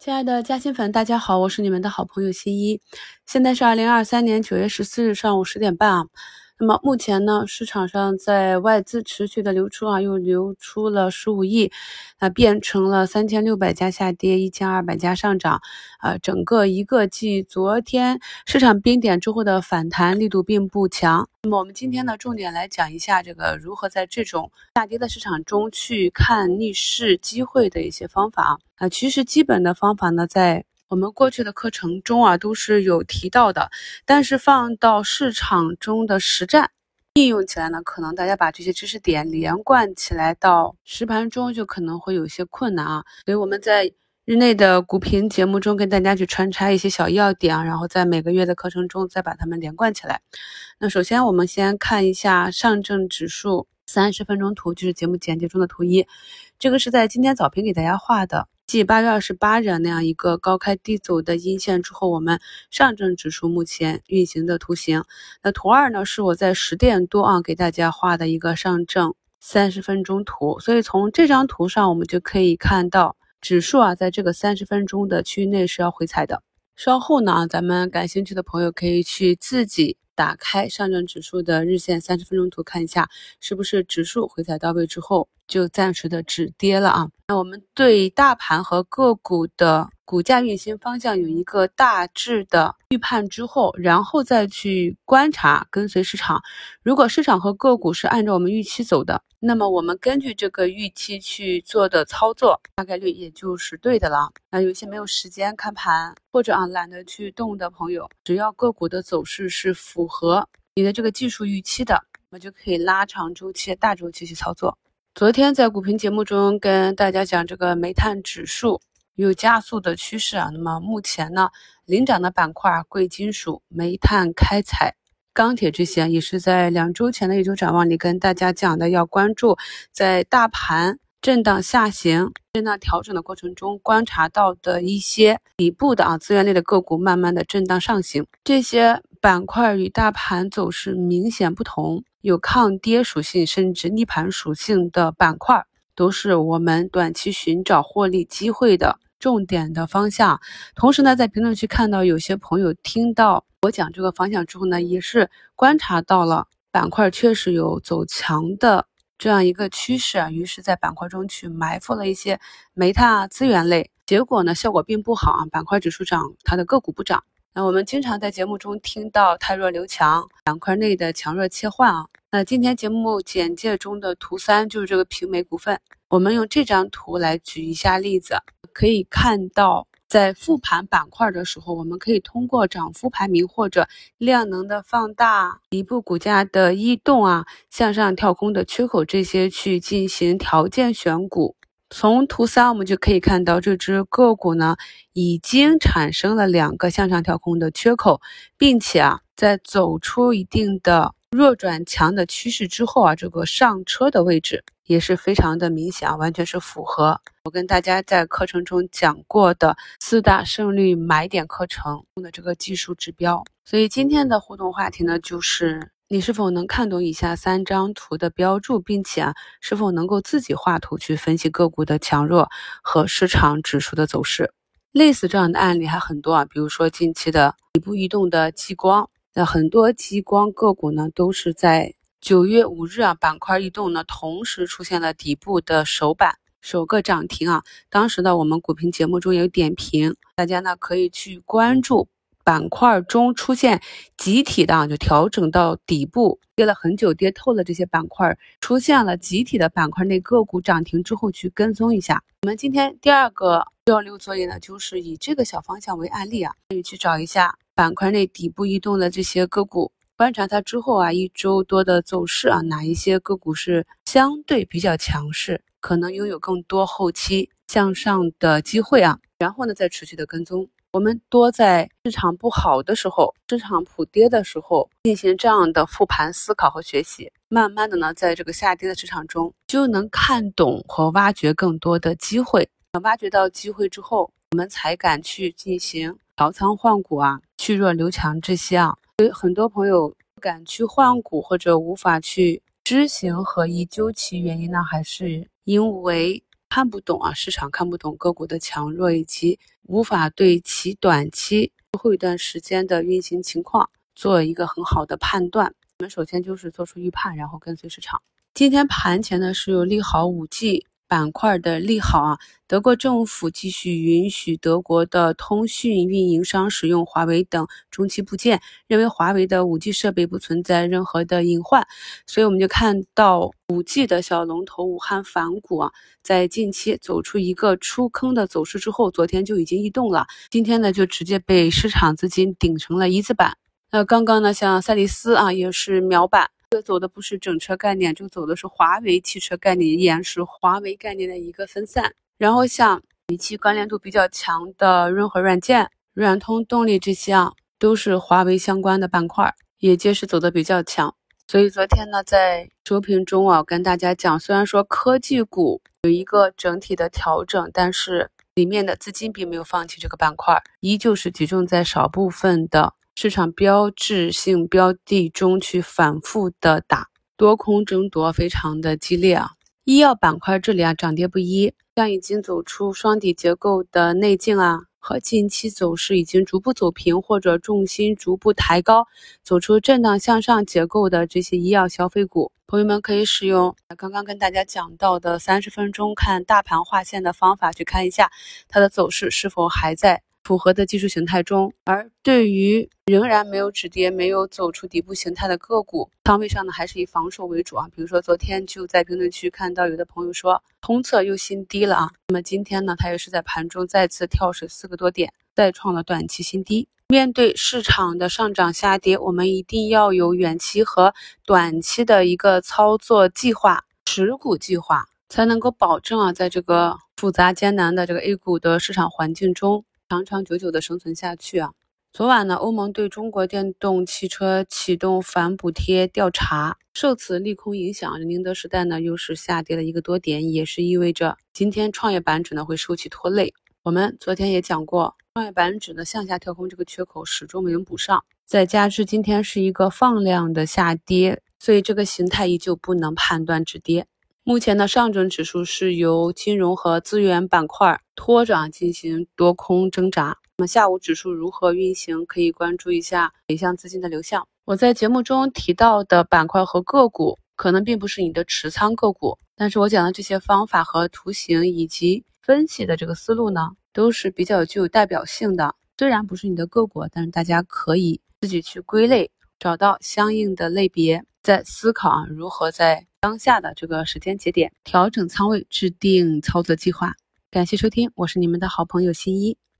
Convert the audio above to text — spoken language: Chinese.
亲爱的嘉兴粉，大家好，我是你们的好朋友新一。现在是2023年9月14日上午10点半啊。那么目前呢，市场上在外资持续的流出啊，又流出了15亿，变成了3600家下跌，1200家上涨。整个一个继昨天市场冰点之后的反弹力度并不强。那么我们今天呢，重点来讲一下这个如何在这种下跌的市场中去看逆势机会的一些方法啊。其实基本的方法呢，在我们过去的课程中啊都是有提到的，但是放到市场中的实战应用起来呢，可能大家把这些知识点连贯起来到实盘中就可能会有些困难啊。所以我们在日内的股评节目中跟大家去穿插一些小要点啊，然后在每个月的课程中再把它们连贯起来。那首先我们先看一下上证指数30分钟图，就是节目简介中的图一，这个是在今天早评给大家画的，继8月28日那样一个高开低走的阴线之后，我们上证指数目前运行的图形。那图二呢，是我在10点多给大家画的一个上证30分钟图。所以从这张图上我们就可以看到指数在这个30分钟的区域内是要回踩的。稍后呢，咱们感兴趣的朋友可以去自己打开上证指数的日线30分钟图看一下，是不是指数回踩到位之后就暂时的止跌了啊。那我们对大盘和个股的股价运行方向有一个大致的预判之后，然后再去观察跟随市场。如果市场和个股是按照我们预期走的，那么我们根据这个预期去做的操作，大概率也就是对的了。有一些没有时间看盘或者懒得去动的朋友，只要个股的走势是符合你的这个技术预期的，我们就可以拉长周期、大周期去操作。昨天在股评节目中跟大家讲这个煤炭指数有加速的趋势那么目前呢，领涨的板块贵金属、煤炭、开采、钢铁这些也是在2周前的一周展望里跟大家讲的，要关注在大盘震荡下行、震荡调整的过程中观察到的一些底部的资源类的个股慢慢的震荡上行。这些板块与大盘走势明显不同，有抗跌属性甚至逆盘属性的板块，都是我们短期寻找获利机会的重点的方向。同时呢，在评论区看到有些朋友听到我讲这个方向之后呢，也是观察到了板块确实有走强的这样一个趋势于是在板块中去埋伏了一些煤炭资源类，结果呢效果并不好板块指数涨，它的个股不涨。那我们经常在节目中听到汰弱留强，板块内的强弱切换那今天节目简介中的图3就是这个平煤股份。我们用这张图来举一下例子，可以看到在复盘板块的时候，我们可以通过涨幅排名或者量能的放大、底部股价的异动向上跳空的缺口这些去进行条件选股。从图3我们就可以看到这只个股呢已经产生了2个向上跳空的缺口，并且在走出一定的弱转强的趋势之后这个上车的位置也是非常的明显完全是符合我跟大家在课程中讲过的4大胜率买点课程中的这个技术指标。所以今天的互动话题呢，就是你是否能看懂以下3张图的标注，并且是否能够自己画图去分析个股的强弱和市场指数的走势。类似这样的案例还很多比如说近期的底部移动的激光，那很多激光个股呢都是在9月5日板块异动呢同时出现了底部的首个涨停当时的我们股评节目中也有点评，大家呢可以去关注板块中出现集体的就调整到底部跌了很久跌透了这些板块，出现了集体的板块内个股涨停之后去跟踪一下。我们今天第2个交流作业呢，就是以这个小方向为案例可以去找一下板块内底部移动的这些个股，观察它之后1周多的走势哪一些个股是相对比较强势，可能拥有更多后期向上的机会然后呢再持续的跟踪。我们多在市场不好的时候，市场普跌的时候进行这样的复盘思考和学习，慢慢的呢在这个下跌的市场中就能看懂和挖掘更多的机会。挖掘到机会之后，我们才敢去进行调仓换股去弱留强这些所以很多朋友不敢去换股或者无法去执行合一，究其原因呢，还是因为看不懂市场看不懂个股的强弱，以及无法对其短期最后一段时间的运行情况做一个很好的判断。我们首先就是做出预判，然后跟随市场。今天盘前呢是有利好 5G 板块的利好啊，德国政府继续允许德国的通讯运营商使用华为等中期部件，认为华为的 5G 设备不存在任何的隐患，所以我们就看到 5G 的小龙头武汉凡谷啊，在近期走出一个出坑的走势之后，昨天就已经异动了，今天呢就直接被市场资金顶成了一字板。刚刚呢像赛力斯啊也是秒板，这个走的不是整车概念，就走的是华为汽车概念，依然是华为概念的一个分散。然后像与其关联度比较强的润和软件、软通动力这些啊，都是华为相关的板块，也皆是走的比较强。所以昨天呢在收评中啊跟大家讲，虽然说科技股有一个整体的调整，但是里面的资金并没有放弃这个板块，依旧是集中在少部分的市场标志性标的中去反复的打，多空争夺非常的激烈啊。医药板块这里啊涨跌不一，像已经走出双底结构的内镜啊，和近期走势已经逐步走平或者重心逐步抬高，走出震荡向上结构的这些医药消费股，朋友们可以使用刚刚跟大家讲到的30分钟看大盘画线的方法去看一下它的走势是否还在符合的技术形态中。而对于仍然没有止跌、没有走出底部形态的个股，仓位上呢还是以防守为主啊。比如说昨天就在评论区看到有的朋友说通策又新低了啊，那么今天呢它也是在盘中再次跳水4个多点，再创了短期新低。面对市场的上涨下跌，我们一定要有远期和短期的一个操作计划、持股计划，才能够保证啊在这个复杂艰难的这个 A 股的市场环境中长长久久的生存下去啊。昨晚呢，欧盟对中国电动汽车启动反补贴调查，受此利空影响，宁德时代呢又是下跌了1个多点，也是意味着今天创业板指呢会受其拖累。我们昨天也讲过，创业板指的向下跳空这个缺口始终没有补上，再加之今天是一个放量的下跌，所以这个形态依旧不能判断止跌。目前呢，上证指数是由金融和资源板块拖着进行多空挣扎。那么下午指数如何运行，可以关注一下北向资金的流向。我在节目中提到的板块和个股，可能并不是你的持仓个股，但是我讲的这些方法和图形以及分析的这个思路呢，都是比较具有代表性的。虽然不是你的个股，但是大家可以自己去归类，找到相应的类别，再思考如何在当下的这个时间节点调整仓位，制定操作计划。感谢收听，我是你们的好朋友新一。